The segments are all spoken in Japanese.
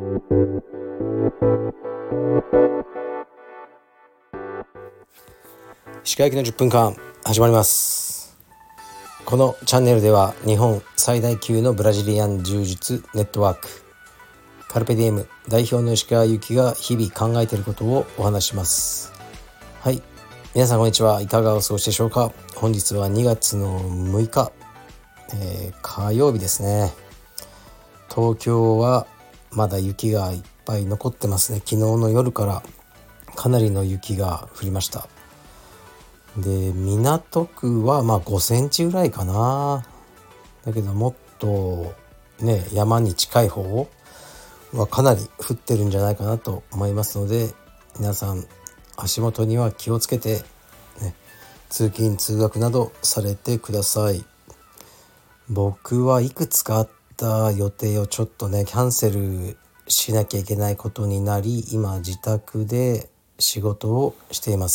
石川行きの10分間始まります。このチャンネルでは日本最大級のブラジリアン柔術ネットワークカルペディエム代表の石川行きが日々考えていることをお話します。はい、皆さんこんにちは。いかがお過ごしでしょうか。本日は2月の6日、火曜日ですね。東京はまだ雪がいっぱい残ってますね。昨日の夜からかなりの雪が降りました。で、港区は5センチぐらいかな。だけどもっとね、山に近い方はかなり降ってるんじゃないかなと思いますので、皆さん足元には気をつけて、通勤通学などされてください。僕はいくつかあった予定をちょっとキャンセルしなきゃいけないことになり、今自宅で仕事をしています。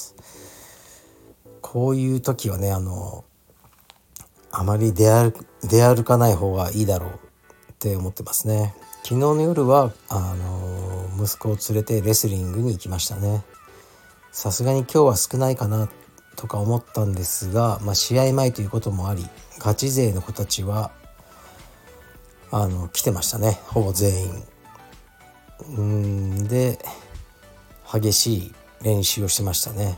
こういう時はあまり出歩かない方がいいだろうって思ってますね。昨日の夜は息子を連れてレスリングに行きましたね。さすがに今日は少ないかなとか思ったんですが、試合前ということもあり、ガチ勢の子たちは来てましたね。ほぼ全員で激しい練習をしてましたね。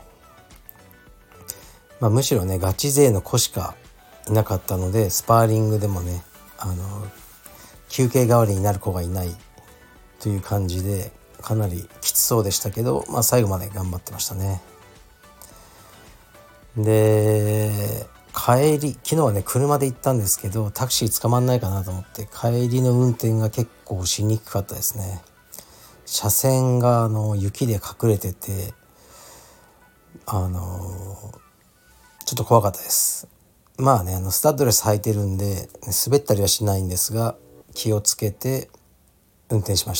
むしろガチ勢の子しかいなかったので、スパーリングでも休憩代わりになる子がいないという感じで、かなりきつそうでしたけど、最後まで頑張ってましたね。で、昨日は車で行ったんですけど、タクシー捕まんないかなと思って帰りの運転が結構しにくかったですね。車線が雪で隠れててちょっと怖かったです。スタッドレス履いてるんで滑ったりはしないんですが、気をつけて運転しました。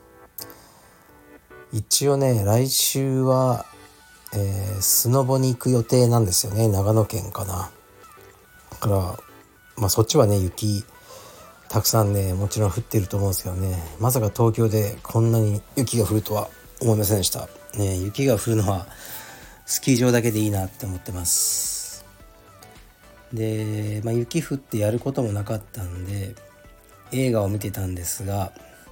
一応来週は、スノボに行く予定なんですよね。長野県かな。だからそっちは雪たくさんもちろん降ってると思うんですけどね、まさか東京でこんなに雪が降るとは思いませんでしたね。雪が降るのはスキー場だけでいいなって思ってます。で、雪降ってやることもなかったんで映画を見てたんですが、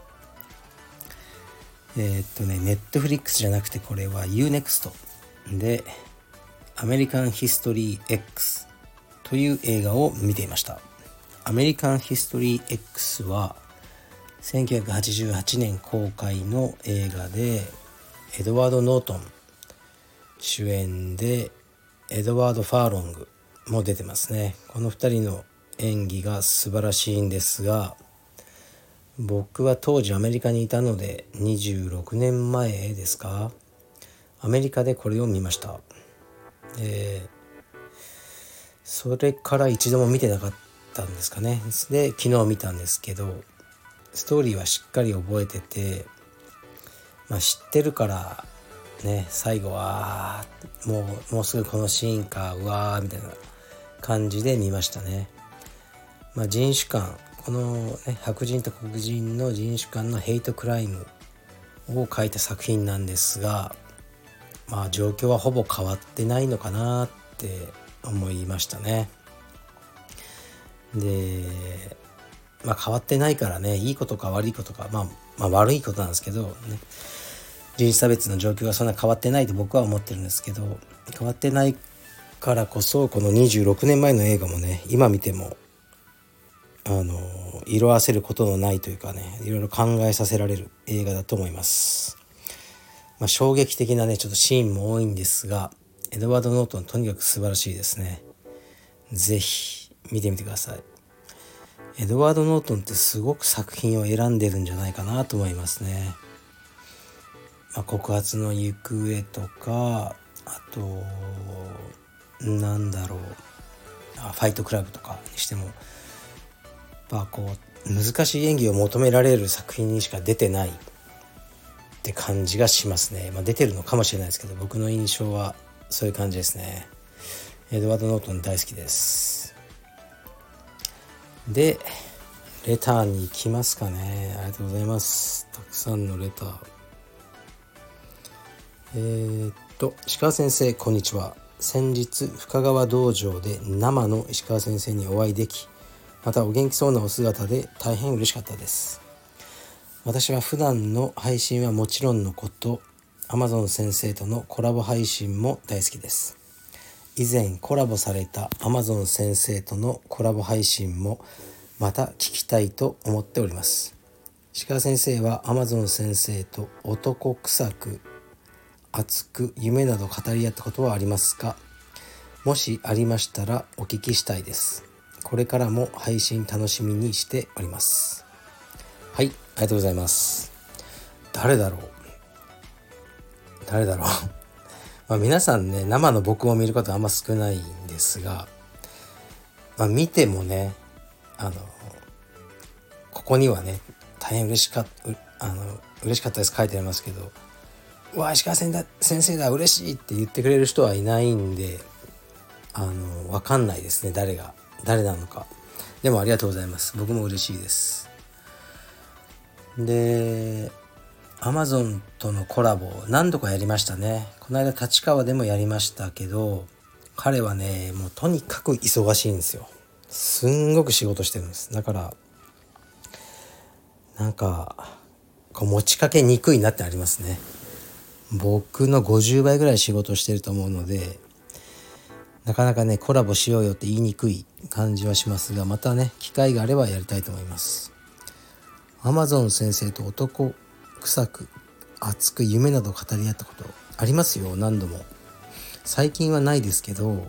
ネットフリックスじゃなくて、これは UNEXT でアメリカンヒストリー X という映画を見ていました。アメリカンヒストリー X は1988年公開の映画で、エドワード・ノートン主演でエドワード・ファーロングも出てますね。この2人の演技が素晴らしいんですが、僕は当時アメリカにいたので26年前ですか、アメリカでこれを見ました。それから一度も見てなかったんですかね。で、昨日見たんですけど、ストーリーはしっかり覚えてて、知ってるから最後はもうすぐこのシーンか、うわーみたいな感じで見ましたね。人種間、この、白人と黒人の人種間のヘイトクライムを書いた作品なんですが、状況はほぼ変わってないのかなって思いましたね。で、変わってないからいいことか悪いことか、悪いことなんですけど人種差別の状況がそんな変わってないと僕は思ってるんですけど、変わってないからこそ、この26年前の映画も今見ても色あせることのないというかいろいろ考えさせられる映画だと思います。衝撃的なちょっとシーンも多いんですが、エドワード・ノートンとにかく素晴らしいですね。ぜひ見てみてください。エドワード・ノートンってすごく作品を選んでるんじゃないかなと思いますね。告発の行方とか、あとファイトクラブとかにしても難しい演技を求められる作品にしか出てないって感じがしますね。出てるのかもしれないですけど、僕の印象はそういう感じですね。エドワード・ノートン大好きです。で、 レターに行きますかね。ありがとうございます。たくさんのレター。石川先生こんにちは。先日深川道場で生の石川先生にお会いでき、またお元気そうなお姿で大変嬉しかったです。私は普段の配信はもちろんのこと、Amazon 先生とのコラボ配信も大好きです。以前コラボされた Amazon 先生とのコラボ配信もまた聞きたいと思っております。石川先生は Amazon 先生と男臭く熱く夢など語り合ったことはありますか？もしありましたらお聞きしたいです。これからも配信楽しみにしております。はい、ありがとうございます。誰だろう皆さんね、生の僕を見ることはあんま少ないんですが、見てもね、ここにはね、大変嬉しかったです書いてありますけど、うわ石川先生だ嬉しいって言ってくれる人はいないんで、わかんないですね、誰なのか。でもありがとうございます。僕も嬉しいです。で、Amazon とのコラボ何度かやりましたね。この間立川でもやりましたけど、彼はね、もうとにかく忙しいんですよ。すんごく仕事してるんです。だからなんかこう持ちかけにくいなってありますね。僕の50倍ぐらい仕事してると思うので、なかなかねコラボしようよって言いにくい感じはしますが、またね機会があればやりたいと思います。Amazon 先生と男臭く熱く夢など語り合ったことありますよ、何度も。最近はないですけど、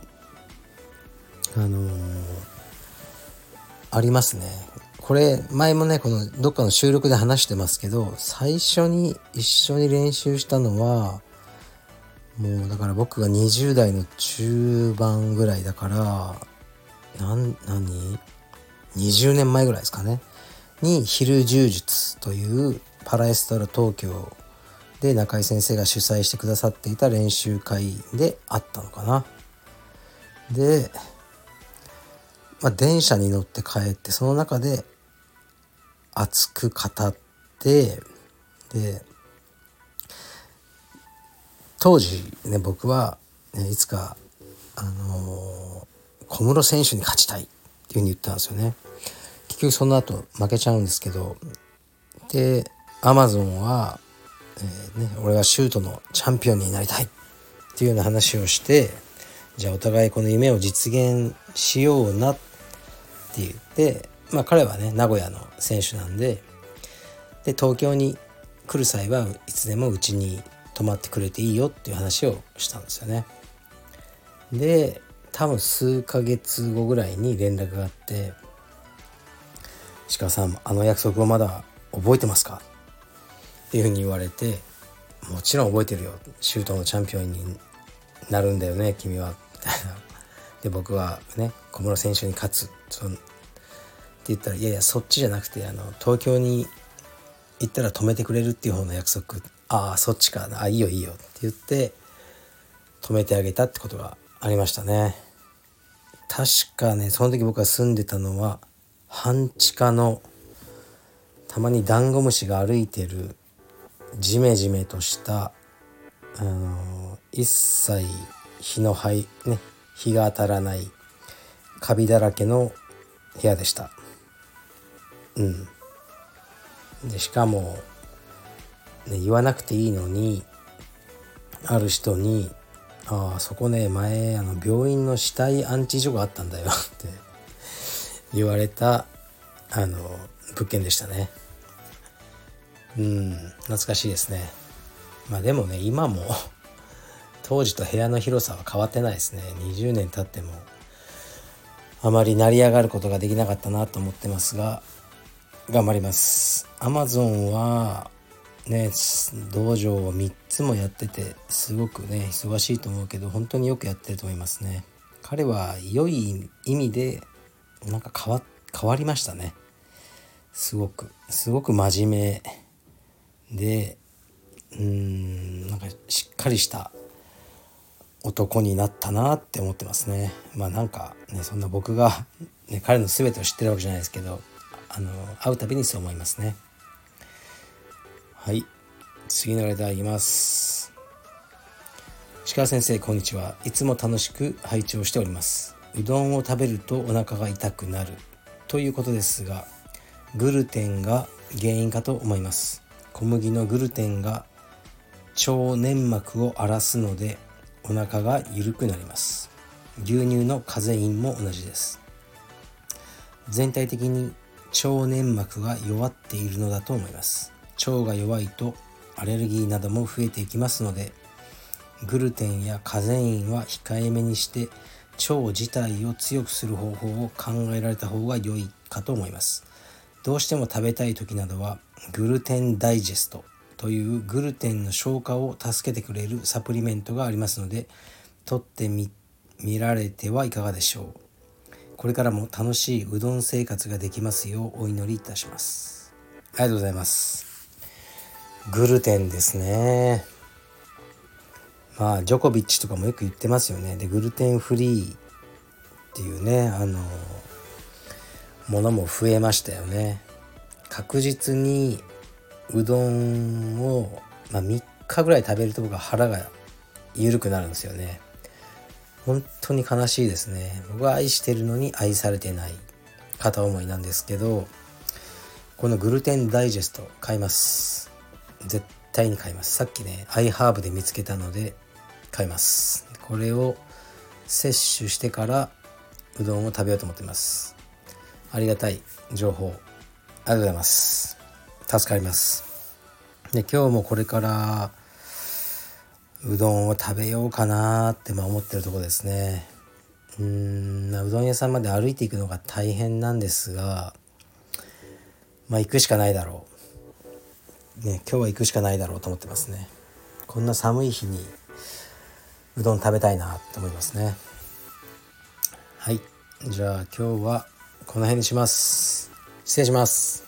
ありますね。これ前もねこのどっかの収録で話してますけど、最初に一緒に練習したのはもうだから僕が20代の中盤ぐらいだから20年前ぐらいですかねに、昼柔術というパラエストラ東京で中井先生が主催してくださっていた練習会であったのかな。で、電車に乗って帰って、その中で熱く語って、で当時ね僕は、いつか小室選手に勝ちたいっていう風に言ったんですよね。結局その後負けちゃうんですけど、で Amazon は、俺はシュートのチャンピオンになりたいっていうような話をして、じゃあお互いこの夢を実現しようなって言って、彼はね名古屋の選手なんで、東京に来る際はいつでもうちに泊まってくれていいよっていう話をしたんですよね。で多分数ヶ月後ぐらいに連絡があって、石川さんあの約束をまだ覚えてますかっていうふうに言われて、もちろん覚えてるよ、シュートのチャンピオンになるんだよね君はみたいな。で僕はね小室選手に勝つって言ったら、いやそっちじゃなくて東京に行ったら止めてくれるっていう方の約束、そっちかな、いいよって言って止めてあげたってことがありましたね。確かねその時僕が住んでたのは半地下の、たまにダンゴムシが歩いてるジメジメとした一切日が当たらないカビだらけの部屋でした。でしかも、言わなくていいのにある人にそこね前病院の死体安置所があったんだよって言われた物件でしたね。懐かしいですね。でもね今も当時と部屋の広さは変わってないですね。20年経ってもあまり成り上がることができなかったなと思ってますが、頑張ります。 Amazon はね道場を3つもやっててすごくね忙しいと思うけど、本当によくやってると思いますね。彼は良い意味でなんか変わりましたね。すごく真面目でなんかしっかりした男になったなって思ってますね。なんかねそんな僕が、彼の全てを知ってるわけじゃないですけど、 会うたびにそう思いますね。はい、次のレターいきます。石川先生、こんにちは。いつも楽しく拝聴しております。うどんを食べるとお腹が痛くなるということですが、グルテンが原因かと思います。小麦のグルテンが腸粘膜を荒らすのでお腹が緩くなります。牛乳のカゼインも同じです。全体的に腸粘膜が弱っているのだと思います。腸が弱いとアレルギーなども増えていきますので、グルテンやカゼインは控えめにして腸自体を強くする方法を考えられた方が良いかと思います。どうしても食べたい時などはグルテンダイジェストというグルテンの消化を助けてくれるサプリメントがありますので、取ってみられてはいかがでしょう。これからも楽しいうどん生活ができますようお祈りいたします。ありがとうございます。グルテンですね。ジョコビッチとかもよく言ってますよね。で、グルテンフリーっていうねものも増えましたよね。確実にうどんを、3日ぐらい食べると僕は腹が緩くなるんですよね。本当に悲しいですね。僕は愛してるのに愛されてない片思いなんですけど、このグルテンダイジェスト買います。絶対に買います。さっきねアイハーブで見つけたので買います。これを摂取してからうどんを食べようと思っています。ありがたい情報ありがとうございます。助かります。で、今日もこれからうどんを食べようかなって思ってるところですね。うどん屋さんまで歩いていくのが大変なんですが、行くしかないだろうね。今日は行くしかないだろうと思ってますね。こんな寒い日にうどん食べたいなと思いますね。はい、じゃあ今日はこの辺にします。失礼します。